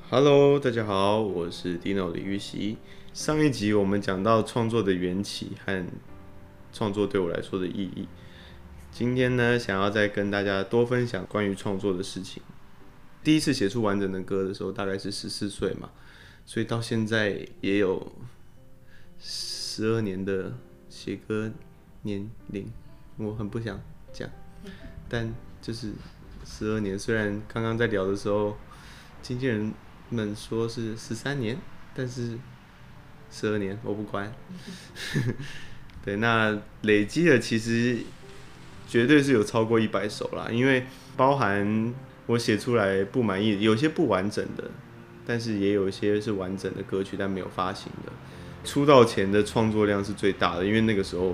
Hello，大家好，我是 Dino 李玉玺。上一集我们讲到创作的缘起和创作对我来说的意义。今天呢，想要再跟大家多分享关于创作的事情。第一次写出完整的歌的时候，大概是14岁嘛，所以到现在也有12年的写歌年龄。我很不想讲，但就是12年。虽然刚刚在聊的时候，经纪人们说是13年，但是12年我不管。对，那累积的其实绝对是有超过100首啦，因为包含我写出来不满意，有些不完整的，但是也有一些是完整的歌曲，但没有发行的。出道前的创作量是最大的，因为那个时候，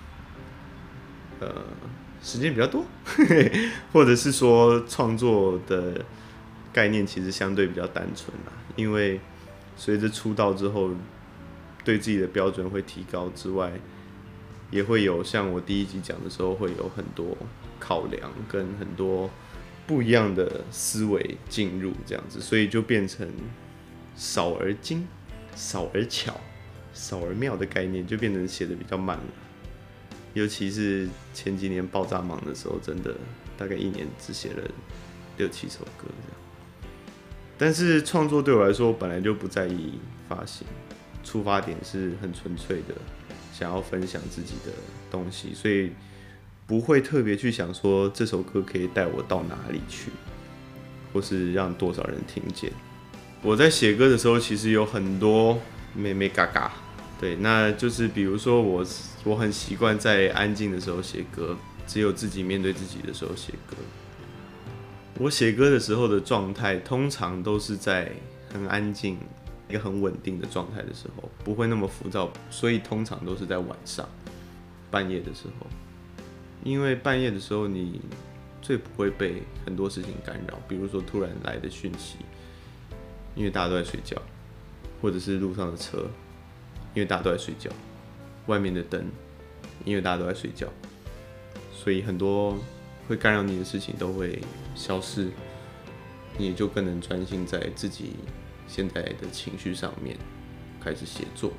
时间比较多，或者是说创作的概念其实相对比较单纯啦，因为随着出道之后，对自己的标准会提高之外，也会有像我第一集讲的时候，会有很多考量跟很多不一样的思维进入这样子，所以就变成少而精、少而巧、少而妙的概念，就变成写的比较慢了。尤其是前几年爆炸忙的时候，真的大概1年只写了6、7首歌这样。但是创作对我来说，我本来就不在意发行，出发点是很纯粹的，想要分享自己的东西，所以不会特别去想说这首歌可以带我到哪里去，或是让多少人听见。我在写歌的时候，其实有很多妹妹嘎嘎，对，那就是比如说我很习惯在安静的时候写歌，只有自己面对自己的时候写歌。我写歌的时候的状态，通常都是在很安静、一个很稳定的状态的时候，不会那么浮躁，所以通常都是在晚上、半夜的时候。因为半夜的时候，你最不会被很多事情干扰，比如说突然来的讯息，因为大家都在睡觉，或者是路上的车，因为大家都在睡觉，外面的灯，因为大家都在睡觉，所以很多会干扰你的事情都会消失，你也就更能专心在自己现在的情绪上面开始写作。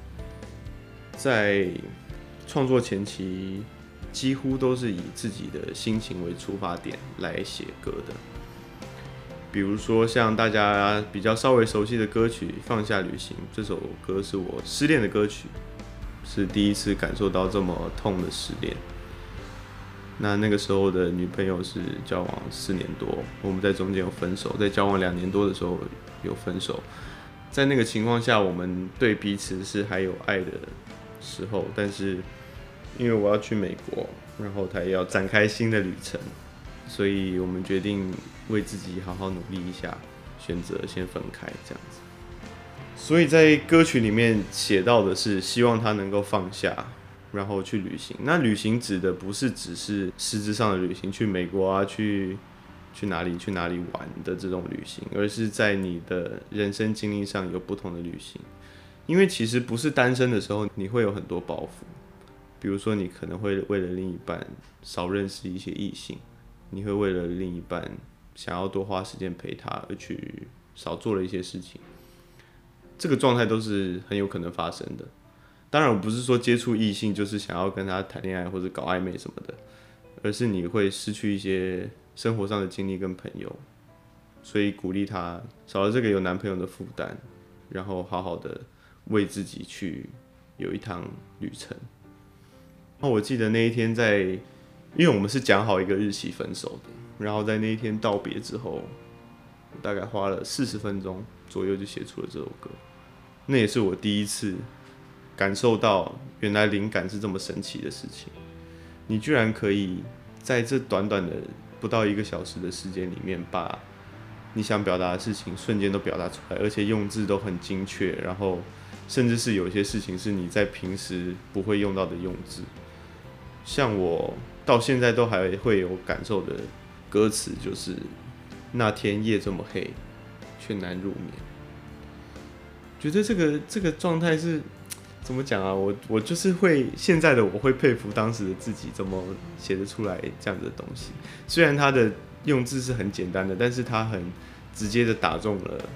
在创作前期，几乎都是以自己的心情为出发点来写歌的。比如说像大家比较稍微熟悉的歌曲《放下旅行》，这首歌是我失恋的歌曲，是第一次感受到这么痛的失恋。那个时候的女朋友是交往4年多，我们在中间有分手，在交往2年多的时候有分手。在那个情况下，我们对彼此是还有爱的时候，但是因为我要去美国，然后他也要展开新的旅程，所以我们决定为自己好好努力一下，选择先分开这样子。所以在歌曲里面写到的是，希望他能够放下，然后去旅行。那旅行指的不是只是实质上的旅行，去美国啊，去哪里玩的这种旅行，而是在你的人生经历上有不同的旅行。因为其实不是单身的时候，你会有很多包袱，比如说你可能会为了另一半少认识一些异性，你会为了另一半想要多花时间陪他而去少做了一些事情，这个状态都是很有可能发生的。当然我不是说接触异性就是想要跟他谈恋爱或者搞暧昧什么的，而是你会失去一些生活上的经历跟朋友，所以鼓励他少了这个有男朋友的负担，然后好好的为自己去有一趟旅程。我记得那一天因为我们是讲好一个日期分手的，然后在那一天道别之后，我大概花了40分钟左右就写出了这首歌。那也是我第一次感受到原来灵感是这么神奇的事情，你居然可以在这短短的不到1个小时的时间里面，把你想表达的事情瞬间都表达出来，而且用字都很精确，然后甚至是有些事情是你在平时不会用到的用字。像我到现在都还会有感受的歌词，就是那天夜这么黑，却难入眠。觉得这个状态是怎么讲啊？我就是会现在的我会佩服当时的自己怎么写得出来这样子的东西。虽然它的用字是很简单的，但是它很直接的打中了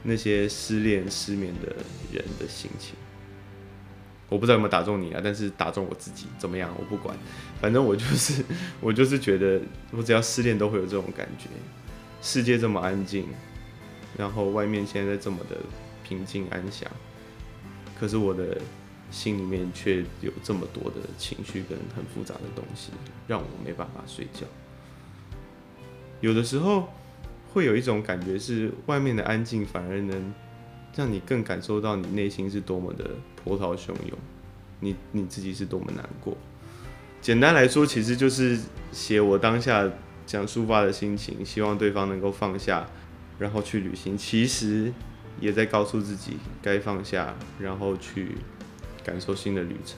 那些失恋失眠的人的心情。我不知道有没有打中你啊，但是打中我自己怎么样？我不管，反正我就是觉得，我只要失恋都会有这种感觉。世界这么安静，然后外面现在这么的平静安详，可是我的心里面却有这么多的情绪跟很复杂的东西，让我没办法睡觉。有的时候会有一种感觉是，外面的安静反而能让你更感受到你内心是多么的波涛汹涌，你自己是多么难过。简单来说，其实就是写我当下想抒发的心情，希望对方能够放下，然后去旅行。其实也在告诉自己该放下，然后去感受新的旅程。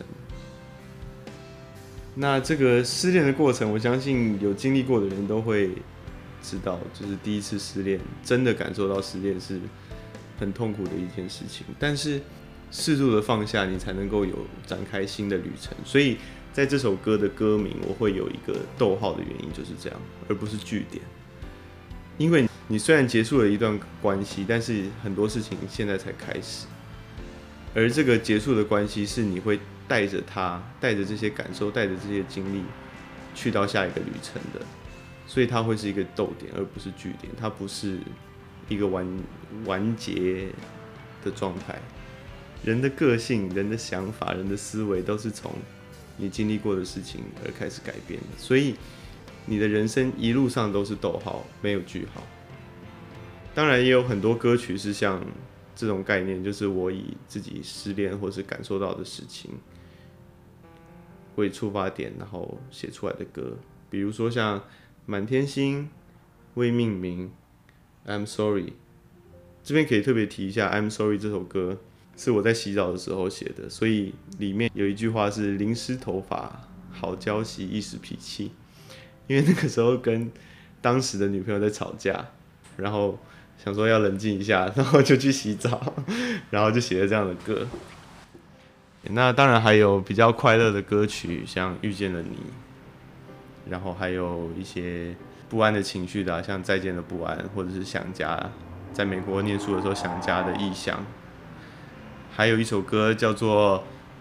那这个失恋的过程，我相信有经历过的人都会知道，就是第一次失恋，真的感受到失恋是很痛苦的一件事情。但是适度的放下，你才能够有展开新的旅程。所以在这首歌的歌名，我会有一个逗号的原因就是这样，而不是句点。因为你虽然结束了一段关系，但是很多事情现在才开始，而这个结束的关系是你会带着它，带着这些感受，带着这些经历，去到下一个旅程的。所以它会是一个逗点，而不是句点。它不是一个完结的状态。人的个性、人的想法、人的思维都是从你经历过的事情而开始改变的。所以你的人生一路上都是逗号，没有句号。当然也有很多歌曲是像这种概念，就是我以自己失恋或是感受到的事情为出发点，然后写出来的歌。比如说像满天星、未命名、I'm Sorry。这边可以特别提一下 I'm Sorry 这首歌是我在洗澡的时候写的，所以里面有一句话是淋湿头发好浇洗一时脾气。因为那个时候跟当时的女朋友在吵架，然后想说要冷静一下，然后就去洗澡，然后就写了这样的歌。那当然还有比较快乐的歌曲，像遇见了你，然后还有一些不安的情绪的像再见的不安，或者是想家，在美国念书的时候想家的异乡。还有一首歌叫做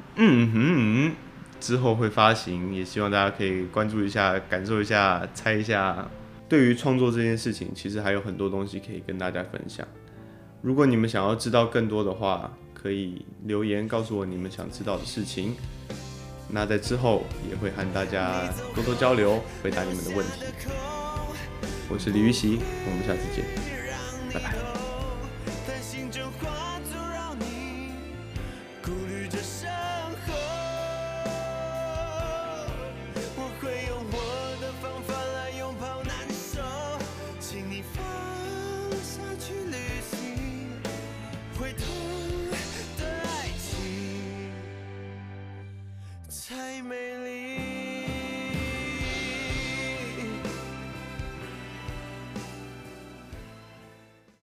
之后会发行，也希望大家可以关注一下，感受一下，猜一下。对于创作这件事情，其实还有很多东西可以跟大家分享。如果你们想要知道更多的话，可以留言告诉我你们想知道的事情。那在之后也会和大家多多交流，回答你们的问题。我是李玉玺，我们下次见，拜拜。